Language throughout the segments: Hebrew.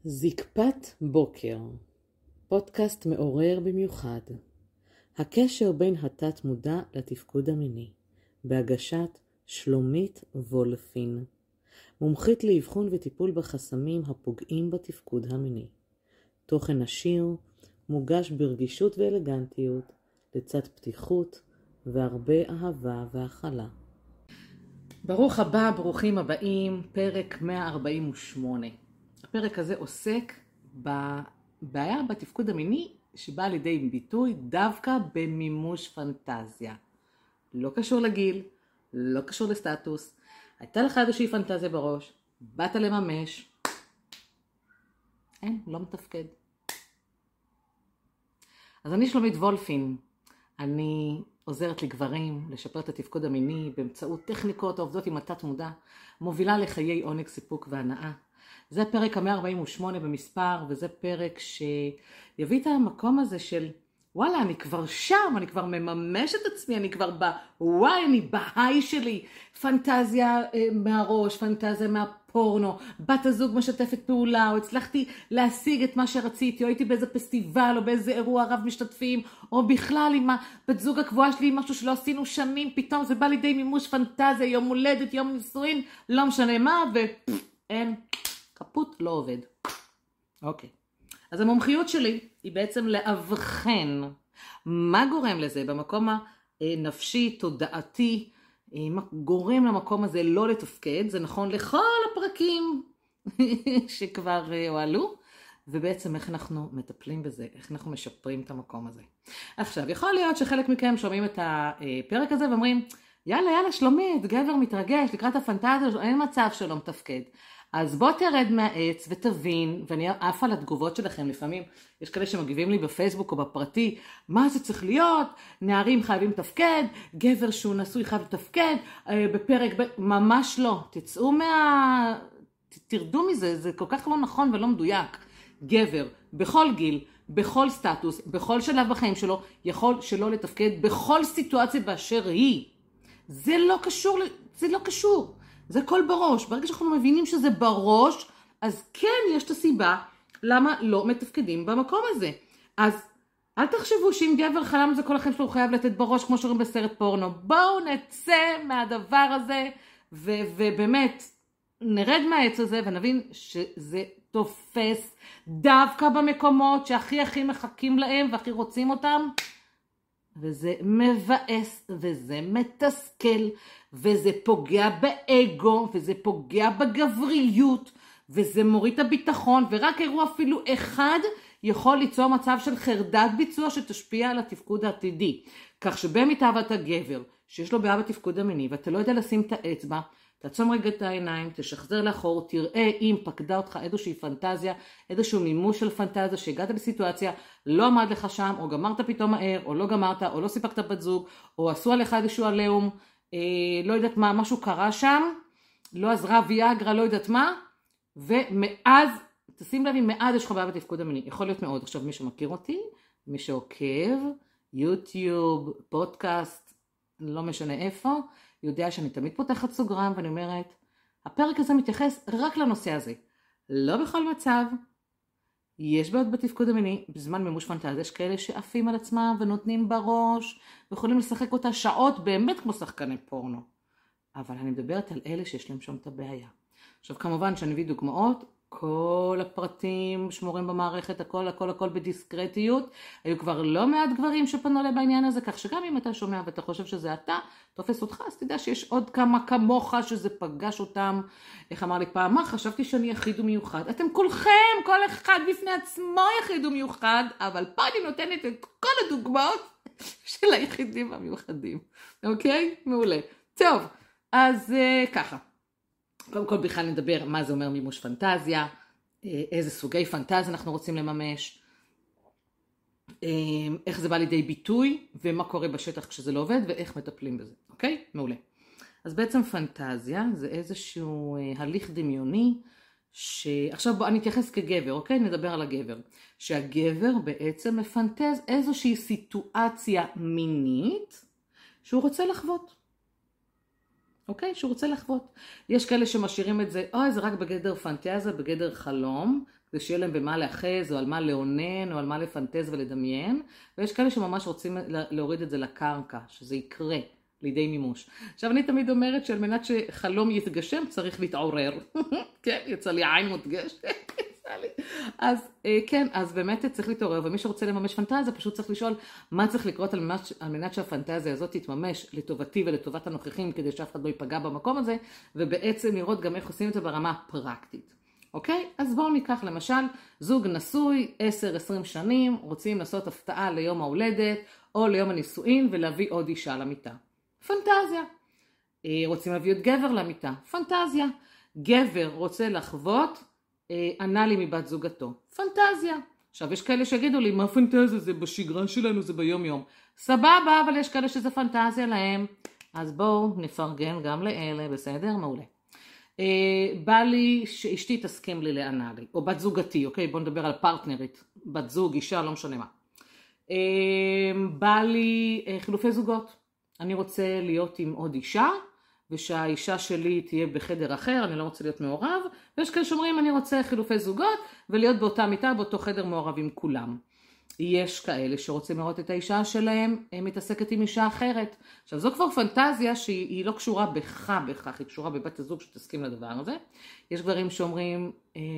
זקפת בוקר, פודקאסט מעורר במיוחד. הקשר בין התת מודע לתפקוד המיני, בהגשת שלומית וולפין, מומחית לאבחון וטיפול בחסמים הפוגעים בתפקוד המיני. תוכן עשיר, מוגש ברגישות ואלגנטיות, לצד פתיחות והרבה אהבה והכלה. ברוך הבא, ברוכים הבאים, פרק 148. הפרק הזה עוסק בבעיה בתפקוד המיני שבאה לידי ביטוי דווקא במימוש פנטזיה. לא קשור לגיל, לא קשור לסטטוס. הייתה לך איזושהי פנטזיה בראש, באת לממש, אין, לא מתפקד. אז אני שלומית וולפין, אני עוזרת לגברים לשפר את התפקוד המיני באמצעות טכניקות העובדות עם התת מודע, מובילה לחיי עונג, סיפוק והנאה. זה פרק ה-148 במספר, וזה פרק שיביא את המקום הזה של וואלה, אני כבר שם, אני כבר מממש את עצמי, אני כבר בוואי, אני בהיי שלי. פנטזיה מהראש, פנטזיה מהפורנו, בת הזוג משתפת פעולה, או הצלחתי להשיג את מה שרציתי, או הייתי באיזה פסטיבל, או באיזה אירוע רב משתתפים, או בכלל עם הבת זוג הקבועה שלי, משהו שלא עשינו שנים, פתאום זה בא לידי מימוש פנטזיה, יום הולדת, יום נישואין, לא משנה מה, ואין, קפוט, לא עובד. אוקיי. אז המומחיות שלי היא בעצם לאבחן מה גורם לזה במקום הנפשי, תודעתי, מה גורם למקום הזה לא לתפקד. זה נכון לכל הפרקים שכבר הועלו, ובעצם איך אנחנו מטפלים בזה, איך אנחנו משפרים את המקום הזה. עכשיו, יכול להיות שחלק מכם שומעים את הפרק הזה ואומרים, יאללה, שלומית, גבר מתרגש לקראת הפנטזיה, אין מצב שלא מתפקד. אז בוא תרד מהעץ ותבין, ואני עפה על התגובות שלכם לפעמים, יש כאלה שמגיבים לי בפייסבוק או בפרטי, מה זה צריך להיות, נערים חייבים לתפקד, גבר שהוא נשוי חייב לתפקד, בפרק, ממש לא, תרדו מזה, זה כל כך לא נכון ולא מדויק. גבר, בכל גיל, בכל סטטוס, בכל שלב בחיים שלו, יכול שלא לתפקד בכל סיטואציה באשר היא. זה לא קשור. זה הכל בראש. ברגע שאנחנו מבינים שזה בראש, אז כן יש את הסיבה למה לא מתפקדים במקום הזה. אז אל תחשבו שאם גבר חלם זה כל החיים שלו הוא חייב לתת בראש כמו שרואים בסרט פורנו. בואו נצא מהדבר הזה ובאמת נרד מהעץ הזה ונבין שזה תופס דווקא במקומות שהכי מחכים להם והכי רוצים אותם. וזה מבאס, וזה מתסכל, וזה פוגע באגו, וזה פוגע בגבריות, וזה מוריד את הביטחון, ורק אירוע אפילו אחד יכול ליצור מצב של חרדת ביצוע שתשפיע על התפקוד העתידי. כך שבמיטב אתה גבר, שיש לו בעיה בתפקוד המיני, ואתה לא יודע לשים את האצבע, תעצום רגע את העיניים, תשחזר לאחור, תראה אם פקדה אותך איזושהי פנטזיה, איזשהו מימוש של פנטזיה שהגעת לסיטואציה, לא עמד לך שם, או גמרת פתאום מהר, או לא גמרת, או לא סיפקת בת זוג, או עשו עליך איזשהו עליהום, לא יודעת מה, משהו קרה שם, לא עזרה ויאגרה, לא יודעת מה, ומאז, תשים לב אם מאז יש לך בעיה בתפקוד המיני, יכול להיות מאוד. עכשיו מי שמכיר אותי, מי שעוקב, יוטיוב, פודקאסט, לא משנה איפה, יודע שאני תמיד פותחת סוגריים ואני אומרת, הפרק הזה מתייחס רק לנושא הזה. לא בכל מצב, יש בעיות בתפקוד המיני, בזמן מימוש פנטזיה, יש כאלה שעפים על עצמם ונותנים בראש, ויכולים לשחק אותה שעות באמת כמו שחקני פורנו. אבל אני מדברת על אלה שיש להם שם את הבעיה. עכשיו כמובן שאני מביא דוגמאות, כל הפרטים שמורים במערכת, הכל בדיסקרטיות. היו כבר לא מעט גברים שפנו אליי בעניין הזה, כך שגם אם אתה שומע ואתה חושב שזה אתה, תופס אותך, אז תדע שיש עוד כמה כמוך שזה פגש אותם. איך אמר לי פעם, חשבתי שאני יחיד ומיוחד. אתם כולכם, כל אחד בפני עצמו יחיד ומיוחד, אבל פה אני נותנת את כל הדוגמאות של היחידים המיוחדים. אוקיי? מעולה. טוב, אז ככה. קודם כל בכלל נדבר מה זה אומר מימוש פנטזיה, איזה סוגי פנטזיה אנחנו רוצים לממש, איך זה בא לידי ביטוי, ומה קורה בשטח כשזה לא עובד, ואיך מטפלים בזה, אוקיי? מעולה. אז בעצם פנטזיה זה איזשהו הליך דמיוני, עכשיו אני אתייחס כגבר, אוקיי? נדבר על הגבר. שהגבר בעצם מפנטז איזושהי סיטואציה מינית, שהוא רוצה לחוות. אוקיי? שהוא רוצה לחוות. יש כאלה שמשאירים את זה, זה רק בגדר פנטזיה, בגדר חלום, כדי שיהיה להם במה לאחז, או על מה לאונן, או על מה לפנטז ולדמיין, ויש כאלה שממש רוצים להוריד את זה לקרקע, שזה יקרה לידי מימוש. עכשיו אני תמיד אומרת שעל מנת שחלום יתגשם צריך להתעורר. כן, יצא לי עין מותגשת. אז כן, אז באמת צריך להתעורר, ומי שרוצה לממש פנטזיה פשוט צריך לשאול מה צריך לקרות על מנת שהפנטזיה הזאת תתממש לטובתי ולטובת הנוכחים, כדי שאף אחד לא ייפגע במקום הזה, ובעצם לראות גם איך עושים את זה ברמה הפרקטית. אוקיי? אז בואו ניקח למשל זוג נשוי 10-20 שנים, רוצים לעשות הפתעה ליום ההולדת או ליום הנישואין ולהביא עוד אישה למיטה. פנטזיה. רוצים להביא עוד גבר למיטה. פנטזיה. גבר רוצה לחוות אנלי מבת זוגתו. פנטזיה. עכשיו יש כאלה שיגידו לי, מה פנטזיה? זה בשגרה שלנו, זה ביום יום. סבבה, אבל יש כאלה שזה פנטזיה להם. אז בואו נפרגן גם לאלה, בסדר? מעולה. בא לי שאשתי תסכים לי לאנלי, או בת זוגתי, אוקיי? בואו נדבר על פרטנרית, בת זוג, אישה, לא משנה מה. בא לי חילופי זוגות. אני רוצה להיות עם עוד אישה, ושהאישה שלי תהיה בחדר אחר, אני לא רוצה להיות מעורב, ויש כאלה שאומרים אני רוצה חילופי זוגות, ולהיות באותה מיטה, באותו חדר מעורב עם כולם. יש כאלה שרוצים לראות את האישה שלהם, מתעסקת עם אישה אחרת. עכשיו זו כבר פנטזיה שהיא לא קשורה בך בכך, היא קשורה בבת הזוג שתסכים לדבר הזה. יש גברים שאומרים,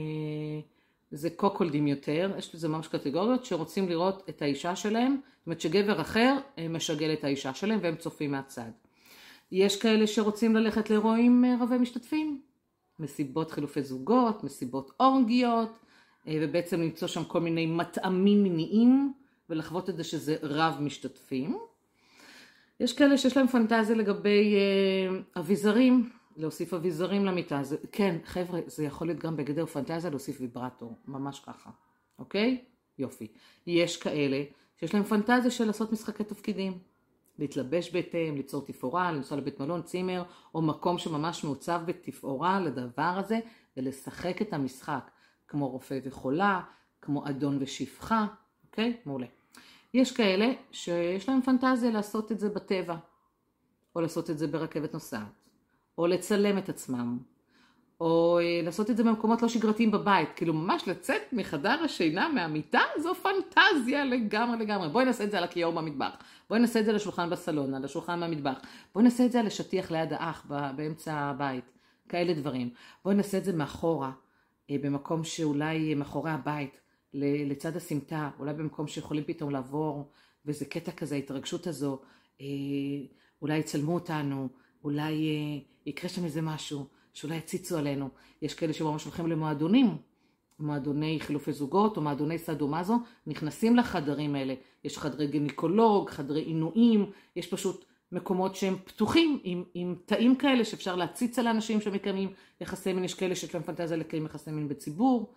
זה קוקולדים יותר, יש לזה ממש קטגוריות שרוצים לראות את האישה שלהם, זאת אומרת שגבר אחר משגל את האישה שלהם והם צופים מהצד. יש כאלה שרוצים ללכת לאירועים רבי משתתפים, מסיבות חילופי זוגות, מסיבות אורגיות, ובעצם למצוא שם כל מיני מטעמים מיניים, ולחוות את זה שזה רב משתתפים. יש כאלה שיש להם פנטזיה לגבי אביזרים, להוסיף אביזרים למיטה. כן, חבר'ה, זה יכול להיות גם בגדר פנטזיה להוסיף ויברטור, ממש ככה, אוקיי? יופי. יש כאלה שיש להם פנטזיה של לעשות משחקי תפקידים. להתלבש בהתאם, ליצור תפאורה, לנסוע לבית מלון, צימר, או מקום שממש מעוצב בתפאורה לדבר הזה, ולשחק את המשחק, כמו רופא וחולה, כמו אדון ושפחה, אוקיי? מעולה. יש כאלה שיש להם פנטזיה לעשות את זה בטבע, או לעשות את זה ברכבת נוסעת, או לצלם את עצמם, או לעשות את זה במקומות לא שגרתיים בבית, כאילו ממש לצאת מחדר השינה, מהמיטה, זו פנטזיה לגמרי. בואי נעשה את זה על הכיור במטבח, בואי נעשה את זה לשולחן בסלון, על השולחן במטבח, בואי נעשה את זה על השטיח ליד האח באמצע הבית, כאלה דברים. בואי נעשה את זה מאחורה, במקום שאולי מאחורי הבית, לצד הסמטה, אולי במקום שיכולים פתאום לעבור, וזה קטע כזה, ההתרגשות הזו, אולי יצלמו אותנו, אולי יקרה שם איזה משהו, שאולי יציצו עלינו. יש כאלה שממש הולכים למועדונים, מועדוני חילופי זוגות או מועדוני סדומזו, נכנסים לחדרים האלה. יש חדרי גינקולוג, חדרי עינויים, יש פשוט מקומות שהם פתוחים עם תאים כאלה שאפשר להציץ על האנשים שמקיימים יחסי מין. יש כאלה שיש להם פנטזיה לקיים יחסי מין בציבור.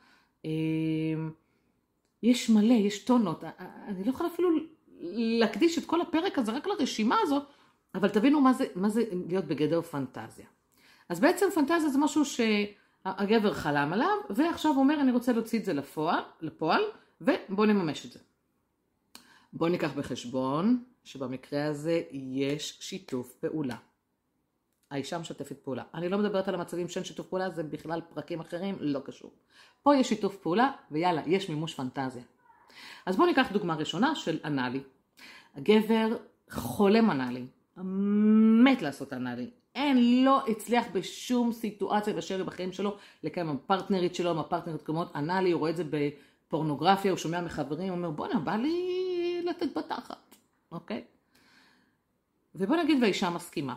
יש מלא, יש טונות. אני לא יכולה אפילו להקדיש את כל הפרק הזה רק לרשימה הזו, אבל תבינו מה זה להיות בגדר פנטזיה. אז בעצם פנטזיה זה משהו שהגבר חלם עליו, ועכשיו הוא אומר אני רוצה להוציא את זה לפועל, ובוא נממש את זה. בוא ניקח בחשבון שבמקרה הזה יש שיתוף פעולה. האישה משתפת פעולה. אני לא מדברת על המצבים שאין שיתוף פעולה, זה בכלל פרקים אחרים, לא קשור. פה יש שיתוף פעולה, ויאללה, יש מימוש פנטזיה. אז בוא ניקח דוגמה ראשונה של אנלי. הגבר חולם אנלי, מת לעשות אנלי. לא הצליח בשום סיטואציה בשרי בחיים שלו, לקיים עם הפרטנרית שלו, עם הפרטנרית כמות אנלי, הוא רואה את זה בפורנוגרפיה, הוא שומע מחברים, הוא אומר בוא'נה, בא לי לתת בתחת, אוקיי? ובוא נגיד והאישה מסכימה.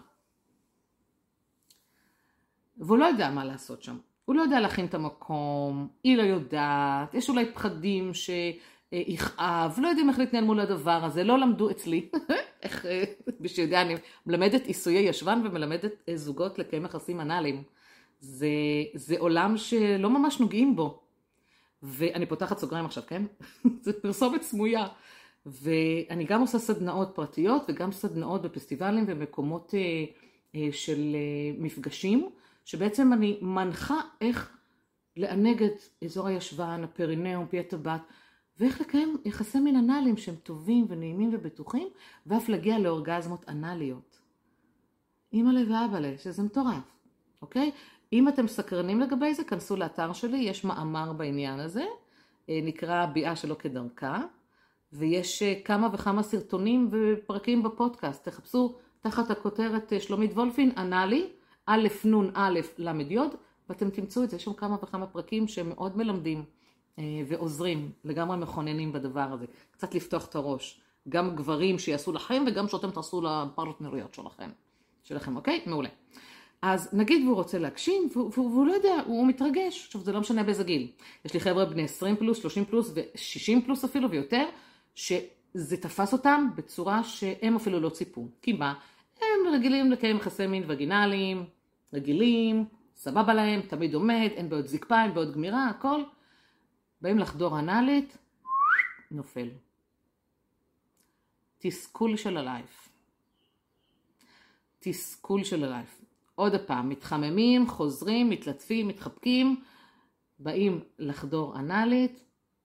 והוא לא יודע מה לעשות שם. הוא לא יודע להכין את המקום, היא לא יודעת, יש אולי פחדים שיכאב, לא יודעים איך להתנהל מול הדבר הזה, לא למדו אצלי, איך, בשיודע, אני מלמדת עיסויי ישבן ומלמדת זוגות לקיים יחסים אנליים. זה עולם שלא ממש נוגעים בו. ואני פותחת סוגריים עכשיו, כן? זה פרסומת סמויה. ואני גם עושה סדנאות פרטיות וגם סדנאות בפסטיבלים ומקומות של מפגשים, שבעצם אני מנחה איך לענג את אזור הישבן, הפרינאום, פי הטבעת, ואיך לקיים יחסי מין אנליים שהם טובים ונעימים ובטוחים, ואף להגיע לאורגזמות אנליות. אמא לב ואבא לב, שזה מטורף, אוקיי? אם אתם סקרנים לגבי זה, כנסו לאתר שלי, יש מאמר בעניין הזה, נקרא ביאה שלא כדרכה, ויש כמה וכמה סרטונים ופרקים בפודקאסט. תחפשו תחת הכותרת שלומית וולפין, ענה לי, א' נ' א' למד י', ואתם תמצאו את זה. יש שם כמה וכמה פרקים שמאוד מלמדים ועוזרים, לגמרי מכוננים בדבר הזה. קצת לפתוח את הראש. גם גברים שיעשו לכם וגם שאתם תעשו לפרטנריות שלכם, אוקיי? מעולה. אז נגיד והוא רוצה להגשים, והוא לא יודע, הוא מתרגש. עכשיו, זה לא משנה באיזה גיל. יש לי חבר'ה בני 20 פלוס, 30 פלוס ו-60 פלוס אפילו ויותר, שזה תפס אותם בצורה שהם אפילו לא ציפו. כי מה? הם רגילים לקיים יחסי מין וגינליים, רגילים, סבבה להם, תמיד עומד, אין בעוד זקפה, אין בעוד גמירה, הכל. באים לחדור אנלית, נופל. תסכול של הלייף. תסכול של הלייף. עוד הפעם, מתחממים, חוזרים, מתלטפים, מתחבקים, באים לחדור אנלית,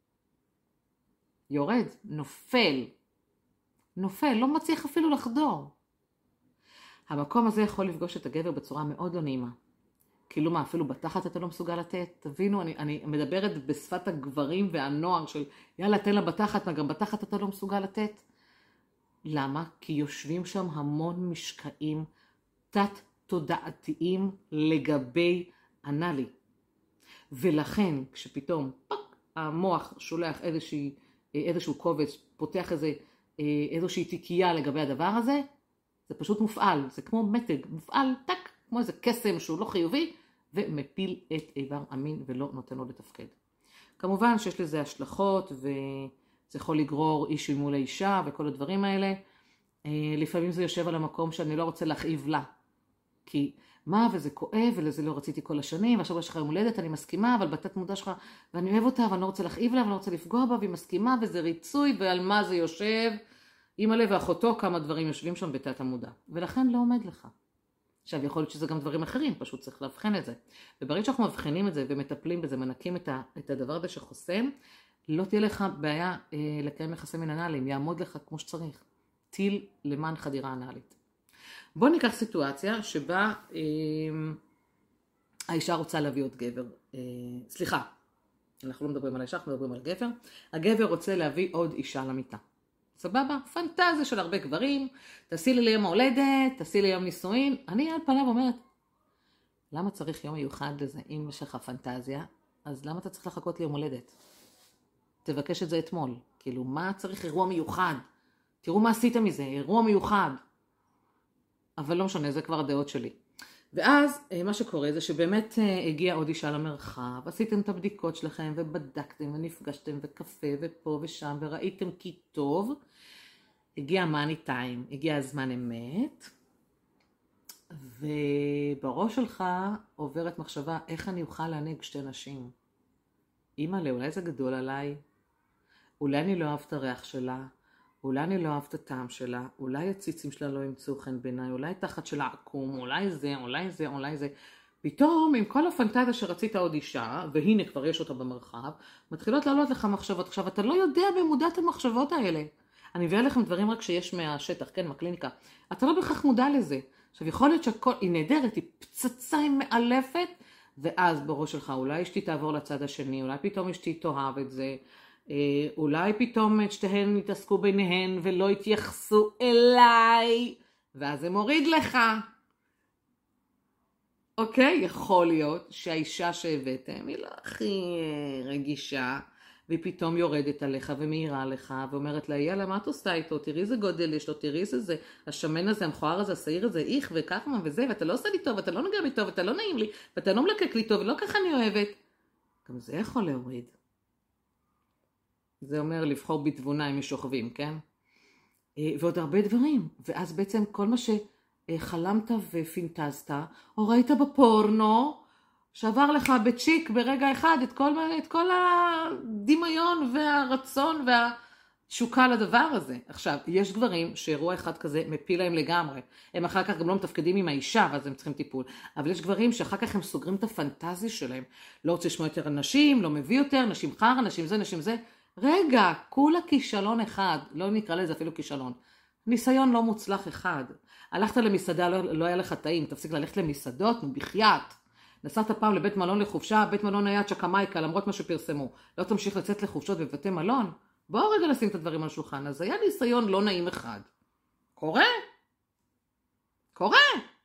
יורד, נופל, לא מצליח אפילו לחדור. המקום הזה יכול לפגוש את הגבר בצורה מאוד לא נעימה. כאילו מה, אפילו בתחת אתה לא מסוגל לתת? תבינו, אני מדברת בשפת הגברים והנוער של יאללה, תן לה בתחת, מה גם בתחת אתה לא מסוגל לתת? למה? כי יושבים שם המון משקעים תת-תודעתיים לגבי אנלי. ולכן, כשפתאום המוח שולח איזשהו קובץ, פותח איזושהי תיקייה לגבי הדבר הזה, זה פשוט מופעל, זה כמו מתג, מופעל, טק, כמו איזה קסם שהוא לא חיובי, ומפיל את איבר המין ולא נותן לו לתפקד. כמובן שיש לזה השלכות, וזה יכול לגרור אישי מול האישה וכל הדברים האלה. לפעמים זה יושב על המקום שאני לא רוצה להכאיב לה. כי מה, וזה כואב, ולזה לא רציתי כל השנים, ועכשיו יש לך יום הולדת, אני מסכימה, אבל בתת מודע שלך, ואני אוהב אותה, ואני לא רוצה להכאיב לה, ואני לא רוצה לפגוע בה, והיא מסכימה, וזה ריצוי, ועל מה זה יושב. אמא לב ואחותו, כמה דברים יושבים שם בתת המודע. ולכן לא עומד לך. עכשיו, יכול להיות שזה גם דברים אחרים, פשוט צריך להבחן את זה. וברגע שאנחנו מבחנים את זה, ומטפלים בזה, מנקים את הדבר הזה שחוסם, לא תהיה לך בעיה לקיים יחסי מין אנליים, יעמוד לך כמו שצריך. טיל למען חדירה אנלית. בואו ניקח סיטואציה שבה האישה רוצה להביא עוד גבר. סליחה, אנחנו לא מדברים על האישה, אנחנו מדברים על גבר. הגבר רוצה להביא עוד אישה למיטה. סבבה? פנטזיה של הרבה גברים. תעשי לי יום ההולדת, תעשי לי יום נישואין. אני על פניו אומרת, למה צריך יום מיוחד לזה? אם יש לך פנטזיה, אז למה אתה צריך לחכות ליום הולדת? תבקש את זה אתמול. כאילו, מה צריך אירוע מיוחד? תראו מה עשית מזה, אירוע מיוחד. אבל לא משנה, זה כבר הדעות שלי. ואז מה שקורה זה שבאמת הגיעה עוד אישה למרחב, עשיתם את הבדיקות שלכם ובדקתם ונפגשתם וקפה ופה ושם וראיתם כי טוב, הגיע מאני טיים, הגיע הזמן אמת, ובראש שלך עוברת מחשבה איך אני אוכל להנהיג שתי נשים. אמא, אולי זה גדול עליי, אולי אני לא אוהב את הריח שלה, אולי אני לא אוהב את הטעם שלה, אולי הציצים שלה לא ימצאו חן בעיניי, אולי תחת שלה עקום, אולי זה, אולי זה, אולי זה. פתאום עם כל הפנטזיה שרצית עוד אישה, והנה כבר יש אותה במרחב, מתחילות לעלות לך מחשבות. עכשיו אתה לא יודע במודע את המחשבות האלה. אני מביאה לכם דברים רק שיש מהשטח, כן, מהקליניקה. אתה לא בכך מודע לזה. עכשיו יכול להיות שהכל, היא נהדרת, היא פצצה, היא מאלפת, ואז בראש שלך אולי אשתי תעבור לצד השני, אולי פתאום אשתי תאהב את זה. אולי פתאום את שתיהן יתעסקו ביניהן ולא יתייחסו אליי, ואז זה מוריד לך. אוקיי, יכול להיות שהאישה שהבאתם היא לא הכי רגישה, והיא פתאום יורדת עליך ומאירה לך, ואומרת לה, יאללה, מה את עושה איתו? תראי איזה גודל יש לו, תראי איזה, השמן הזה, המכוער הזה, השעיר הזה, איך וככה וזה, ואתה לא עושה לי טוב, ואתה לא נוגע בי טוב, ואתה לא נעים לי, ואתה לא מלקק לי טוב, ולא ככה אני אוהבת. גם זה יכול להוריד. זה אומר לבחור בתבונה אם שוכבים, כן? ועוד הרבה דברים. ואז בעצם כל מה שחלמת ופינטזת, או ראית בפורנו, שעבר לך בצ'יק ברגע אחד את כל הדמיון והרצון והתשוקה לדבר הזה. עכשיו, יש גברים שאירוע אחד כזה מפיל להם לגמרי. הם אחר כך גם לא מתפקדים עם האישה, ואז הם צריכים טיפול. אבל יש גברים שאחר כך הם סוגרים את הפנטזיה שלהם. לא רוצה לשמוע יותר נשים, לא מביא יותר, נשים חר, נשים זה, נשים זה. רגע, כולה כישלון אחד, לא נקרא לזה אפילו כישלון. ניסיון לא מוצלח אחד. הלכת למסעדה, לא היה לך טעים, תפסיק ללכת למסעדות, בחייאת. נסעת פעם לבית מלון לחופשה, בית מלון היה צ'קמייקה, למרות מה שפרסמו. לא תמשיך לצאת לחופשות בבתי מלון? בואו רגע לשים את הדברים על שולחן. אז היה ניסיון לא נעים אחד. קורה? קורה.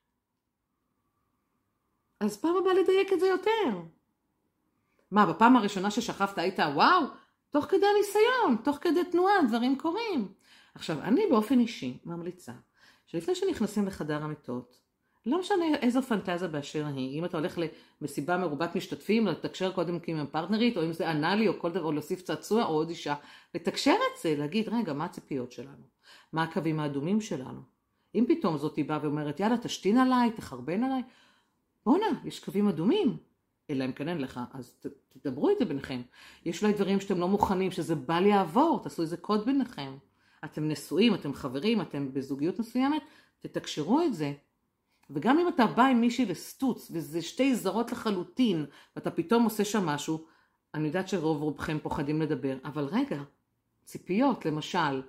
אז פעם הבאה לדייק את זה יותר. מה, בפעם הראשונה ששכבת היית, וואו, תוך כדי הניסיון, תוך כדי תנועה, דברים קורים. עכשיו, אני באופן אישי ממליצה, שלפני שנכנסים לחדר המיטות, לא משנה איזו פנטזיה באשר היא, אם אתה הולך למסיבה מרובת משתתפים, לתקשר קודם עם הפרטנרית, או אם זה אנלי, או כל דבר, או להוסיף צעצוע, או עוד אישה, לתקשר את זה, להגיד, רגע, מה הציפיות שלנו? מה הקווים האדומים שלנו? אם פתאום זאת היא באה ואומרת, יאללה, תשתין עליי, תחרבן עליי, בוא'נה, יש קווים אדומים. אלא אם כן אין לך, אז תדברו את זה ביניכם. יש אולי דברים שאתם לא מוכנים, שזה בא לעבור, תעשו איזה קוד ביניכם. אתם נשואים, אתם חברים, אתם בזוגיות מסוימת, תתקשרו את זה. וגם אם אתה בא עם מישהי לסטוץ, וזה שתי זרות לחלוטין, ואתה פתאום עושה שם משהו, אני יודעת שרוב רובכם פוחדים לדבר, אבל רגע, ציפיות, למשל,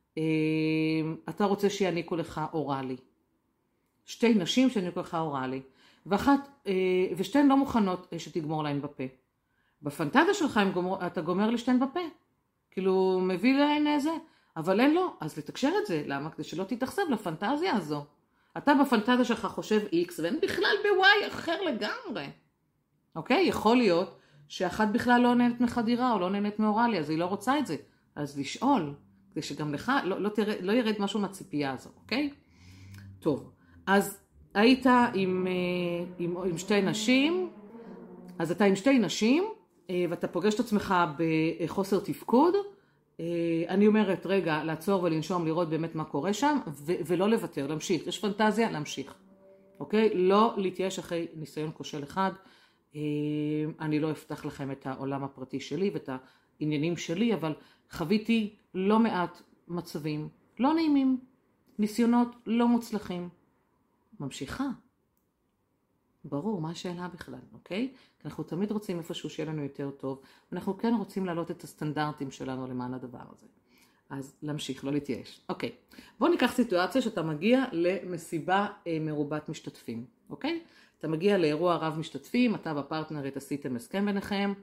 אתה רוצה שיעניקו לך אוראלי. שתי נשים שיעניקו לך אוראלי. ושתיהן לא מוכנות שתגמור להן בפה. בפנטזיה שלך אתה גומר לשתיהן בפה. כאילו מביא להן איזה, אבל אין לו, אז לתקשר את זה. למה? כדי שלא תתאכזב לפנטזיה הזו. אתה בפנטזיה שלך חושב X ואין בכלל ב-Y אחר לגמרי. אוקיי? יכול להיות שאחת בכלל לא נהנית מחדירה או לא נהנית מאורלי, אז היא לא רוצה את זה. אז לשאול, כדי שגם לך לא ירד משהו מהציפייה הזו, אוקיי? טוב, אז היית עם שתי נשים, אז אתה עם שתי נשים, ואתה פוגש את עצמך בחוסר תפקוד, אני אומרת, רגע, לעצור ולנשום, לראות באמת מה קורה שם, ולא לוותר, להמשיך. יש פנטזיה, להמשיך. אוקיי? לא להתייאש אחרי ניסיון כושל אחד. אני לא אפתח לכם את העולם הפרטי שלי ואת העניינים שלי, אבל חוויתי לא מעט מצבים לא נעימים, ניסיונות לא מוצלחים. ממשיכה. ברור, מה השאלה בכלל, אוקיי? כי אנחנו תמיד רוצים איפשהו שיהיה לנו יותר טוב, אנחנו כן רוצים להעלות את הסטנדרטים שלנו למען הדבר הזה. אז להמשיך, לא להתייאש. אוקיי, בואו ניקח סיטואציה שאתה מגיע למסיבה מרובת משתתפים, אוקיי? אתה מגיע לאירוע רב משתתפים, אתה והפרטנרית עשיתם הסכם ביניכם,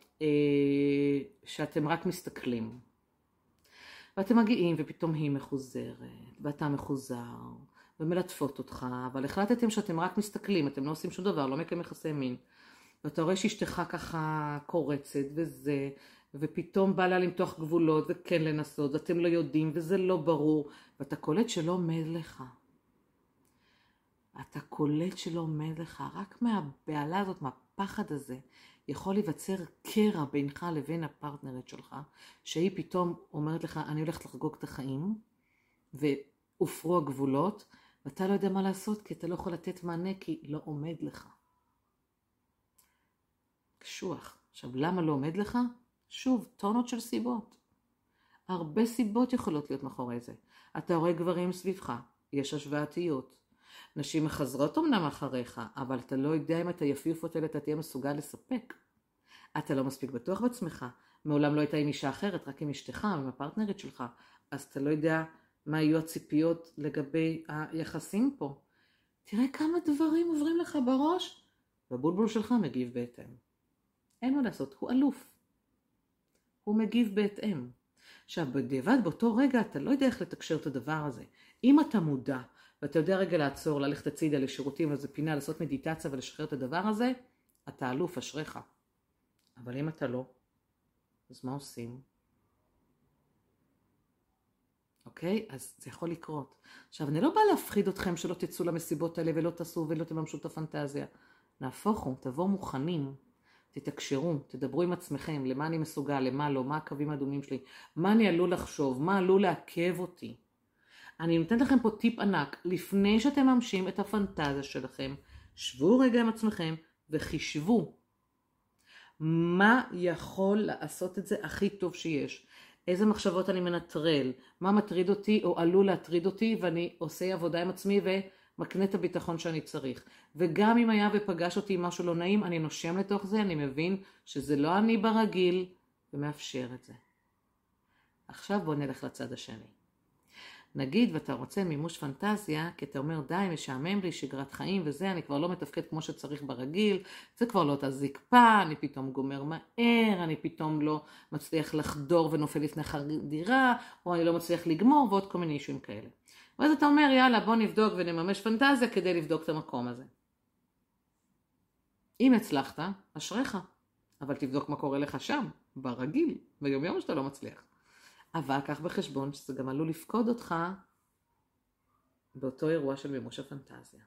שאתם רק מסתכלים. ואתם מגיעים ופתאום היא מחוזרת, ואתה מחוזר, ומלטפות אותך, אבל החלטתם שאתם רק מסתכלים, אתם לא עושים שום דבר, לא מקיים יחסי מין. ואתה רואה שאשתך ככה קורצת וזה, ופתאום בא לה למתוח גבולות וכן לנסות, ואתם לא יודעים וזה לא ברור, ואתה קולט שלא עומד לך. אתה קולט שלא עומד לך, רק מהבעלה הזאת, מהפחד הזה, יכול להיווצר קרע בינך לבין הפרטנרית שלך, שהיא פתאום אומרת לך, אני הולכת לחגוג את החיים, והופרו הגבולות, ואתה לא יודע מה לעשות, כי אתה לא יכול לתת מענה, כי לא עומד לך. קשוח. עכשיו, למה לא עומד לך? שוב, טונות של סיבות. הרבה סיבות יכולות להיות מאחורי זה. אתה רואה גברים סביבך, יש השוואתיות. נשים מחזרות אמנם אחריך, אבל אתה לא יודע אם את היפיופות האלה אתה תהיה מסוגל לספק. אתה לא מספיק בטוח בעצמך. מעולם לא הייתה עם אישה אחרת, רק עם אשתך, עם הפרטנרית שלך. אז אתה לא יודע מה יהיו הציפיות לגבי היחסים פה. תראה כמה דברים עוברים לך בראש, והבולבול שלך מגיב בהתאם. אין מה לעשות, הוא אלוף. הוא מגיב בהתאם. עכשיו, בדיעבד באותו רגע אתה לא יודע איך לתקשר את הדבר הזה. אם אתה מודע, ואתה יודע רגע לעצור, ללכת הצידה לשירותים, לזה פינה, לעשות מדיטציה ולשחרר את הדבר הזה, אתה אלוף, אשריך. אבל אם אתה לא, אז מה עושים? אוקיי? אז זה יכול לקרות. עכשיו, אני לא באה להפחיד אתכם שלא תצאו למסיבות האלה ולא תעשו ולא תממשו את הפנטזיה. נהפוך הוא, תבואו מוכנים, תתקשרו, תדברו עם עצמכם, למה אני מסוגל, למה לא, מה הקווים האדומים שלי, מה אני עלול לחשוב, מה עלול לעכב אותי. אני נותנת לכם פה טיפ ענק, לפני שאתם ממשים את הפנטזיה שלכם, שבו רגע עם עצמכם וחישבו מה יכול לעשות את זה הכי טוב שיש. איזה מחשבות אני מנטרל, מה מטריד אותי או עלול להטריד אותי, ואני עושה עבודה עם עצמי ומקנה את הביטחון שאני צריך. וגם אם היה ופגש אותי משהו לא נעים, אני נושם לתוך זה, אני מבין שזה לא אני ברגיל, ומאפשר את זה. עכשיו בואו נלך לצד השני. נגיד ואתה רוצה מימוש פנטזיה, כי אתה אומר די, משעמם לי, שגרת חיים וזה, אני כבר לא מתפקד כמו שצריך ברגיל, זה כבר לא אותה זקפה, אני פתאום גומר מהר, אני פתאום לא מצליח לחדור ונופל לפני חדירה, או אני לא מצליח לגמור, ועוד כל מיני אישויים כאלה. ואז אתה אומר, יאללה, בוא נבדוק ונממש פנטזיה כדי לבדוק את המקום הזה. אם הצלחת, אשריך, אבל תבדוק מה קורה לך שם, ברגיל, ביום יום שאתה לא מצליח. אבל קח בחשבון שזה גם עלול לפקוד אותך באותו אירוע של מימוש הפנטזיה.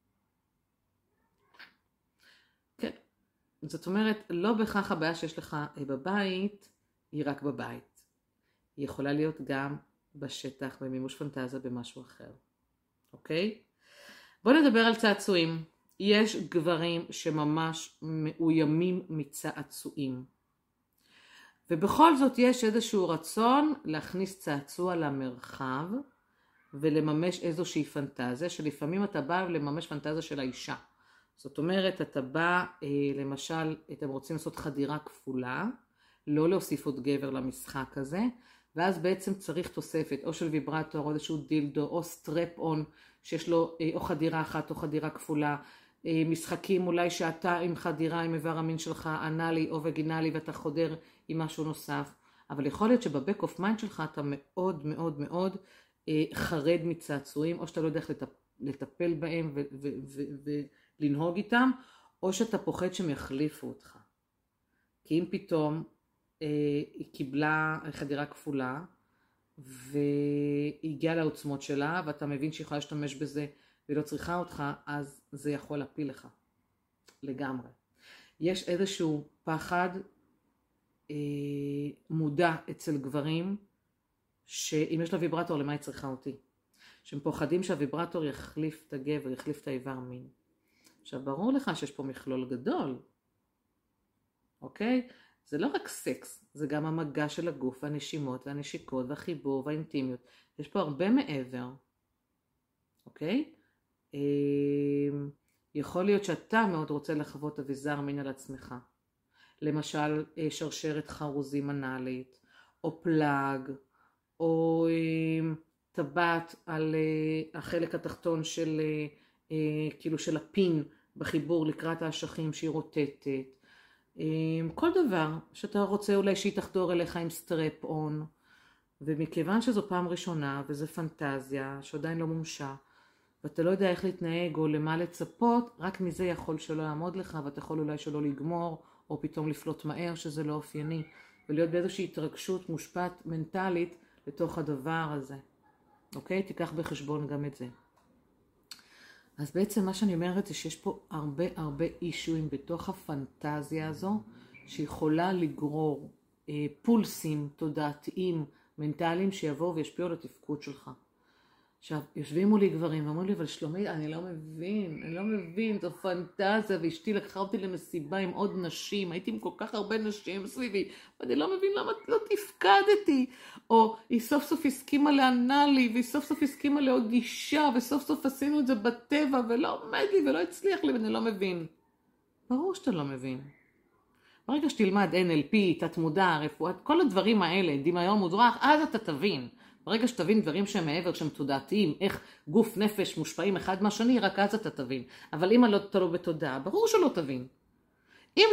כן, זאת אומרת, לא בהכרח הבעיה שיש לך בבית, היא רק בבית. היא יכולה להיות גם בשטח, במימוש פנטזיה, במשהו אחר. אוקיי? בואו נדבר על צעצועים. יש גברים שממש מאוימים מצעצועים. ובכל זאת יש איזשהו רצון להכניס צעצוע למרחב ולממש איזושהי פנטזיה, שלפעמים אתה בא לממש פנטזיה של האישה. זאת אומרת, אתה בא, למשל, אתם רוצים לעשות חדירה כפולה, לא להוסיף עוד גבר למשחק הזה, ואז בעצם צריך תוספת או של ויברטור או איזשהו דילדו או סטרפ-און שיש לו או חדירה אחת או חדירה כפולה, משחקים אולי שאתה עם חדירה עם איבר המין שלך אנלי או וגינלי ואתה חודר עם משהו נוסף, אבל יכול להיות שבבק אוף מיינד שלך אתה מאוד מאוד מאוד חרד מצעצועים, או שאתה לא יודע איך לטפל בהם ולנהוג איתם, או שאתה פוחד שהם יחליפו אותך. כי אם פתאום היא קיבלה חדירה כפולה והיא הגיעה לעוצמות שלה ואתה מבין שהיא יכולה להשתמש בזה והיא לא צריכה אותך, אז זה יכול להפיל לך לגמרי. יש איזשהו פחד מודע אצל גברים שאם יש לה ויברטור, למה היא צריכה אותי? שהם פוחדים שהוויברטור יחליף את הגבר, יחליף את האיבר מין. עכשיו ברור לך שיש פה מכלול גדול, אוקיי? זה לא רק סקס, זה גם המגע של הגוף, והנשימות והנשיקות והחיבור והאינטימיות. יש פה הרבה מעבר, אוקיי? יכול להיות שאתה מאוד רוצה לחוות אביזר מין על עצמך. למשל שרשרת חרוזים אנלית, או פלאג, או טבעת על החלק התחתון של, כאילו של הפין בחיבור לקראת האשכים שהיא רוטטת. כל דבר שאתה רוצה אולי שהיא תחדור אליך עם סטרפ-און, ומכיוון שזו פעם ראשונה וזה פנטזיה שעדיין לא מומשה, ואתה לא יודע איך להתנהג או למה לצפות, רק מזה יכול שלא לעמוד לך, ואתה יכול אולי שלא לגמור, או פתאום לפלוט מהר שזה לא אופייני, ולהיות באיזושהי התרגשות מושפעת מנטלית לתוך הדבר הזה. אוקיי? תיקח בחשבון גם את זה. אז בעצם מה שאני אומרת זה שיש פה הרבה אישויים בתוך הפנטזיה הזו, שיכולה לגרור פולסים תודעתיים, מנטליים, שיבואו וישפיעו על התפקוד שלך. עכשיו, יושבים מולי גברים ואומרים לי, אבל שלומית, אני לא מבין, זו פנטזיה, ואשתי לקחה אותי למסיבה עם עוד נשים, הייתי עם כל כך הרבה נשים סביבי, ואני לא מבין למה לא תפקדתי. או היא סוף סוף הסכימה לענה לי, והיא סוף סוף הסכימה לעוד אישה, וסוף סוף עשינו את זה בטבע, ולא עומד לי ולא הצליח לי, ואני לא מבין. ברור שאתה לא מבין. ברגע שתלמד NLP, תת-מודע, רפואת, כל הדברים האלה, דמיון מודרך, אז אתה תבין. ברגע שתבין דברים שהם מעבר, שהם תודעתיים, איך גוף נפש מושפעים אחד מהשני, רק אז אתה תבין. אבל אם אתה לא בתודעה, ברור שלא תבין. אם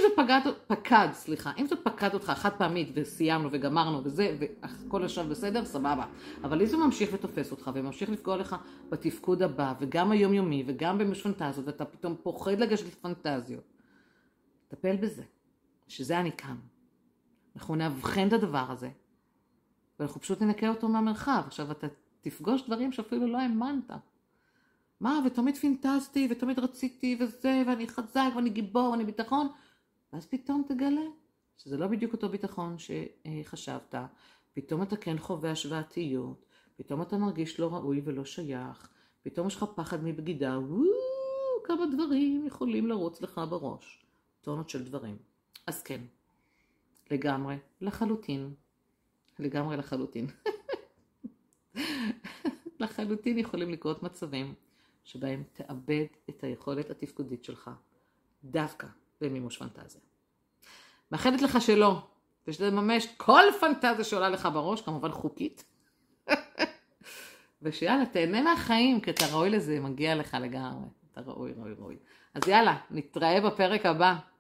זה פקד אותך חד פעמית וסיימנו וגמרנו וזה, וכל השאר בסדר, סבבה. אבל אם זה ממשיך ותופס אותך וממשיך לפגוע לך בתפקוד הבא, וגם היומיומי וגם במשפנטזיות, ואתה פתאום פוחד לגשת לפנטזיות, טפל בזה, שזה אני כאן. אנחנו נאבחן את הדבר הזה. ואנחנו פשוט ננקה אותו מהמרחב. עכשיו אתה תפגוש דברים שאפילו לא האמנת. מה, ותמיד פינטזתי, ותמיד רציתי, וזה, ואני חזק, ואני גיבור, ואני ביטחון. ואז פתאום תגלה שזה לא בדיוק אותו ביטחון שחשבת. פתאום אתה כן חווה השוואתיות. פתאום אתה מרגיש לא ראוי ולא שייך. פתאום יש לך פחד מבגידה. כמה דברים יכולים לרוץ לך בראש. טונות של דברים. אז כן, לגמרי, לחלוטין. לחלוטין יכולים לקרות מצבים שבהם תאבד את היכולת התפקודית שלך דווקא במימוש פנטזיה. מאחלת לך שלא, ושתממש כל פנטזיה שעולה לך בראש, כמובן חוקית, ושיאללה, תהנה מהחיים, כי אתה ראוי לזה, מגיע לך לגמרי. אתה ראוי. אז יאללה, נתראה בפרק הבא.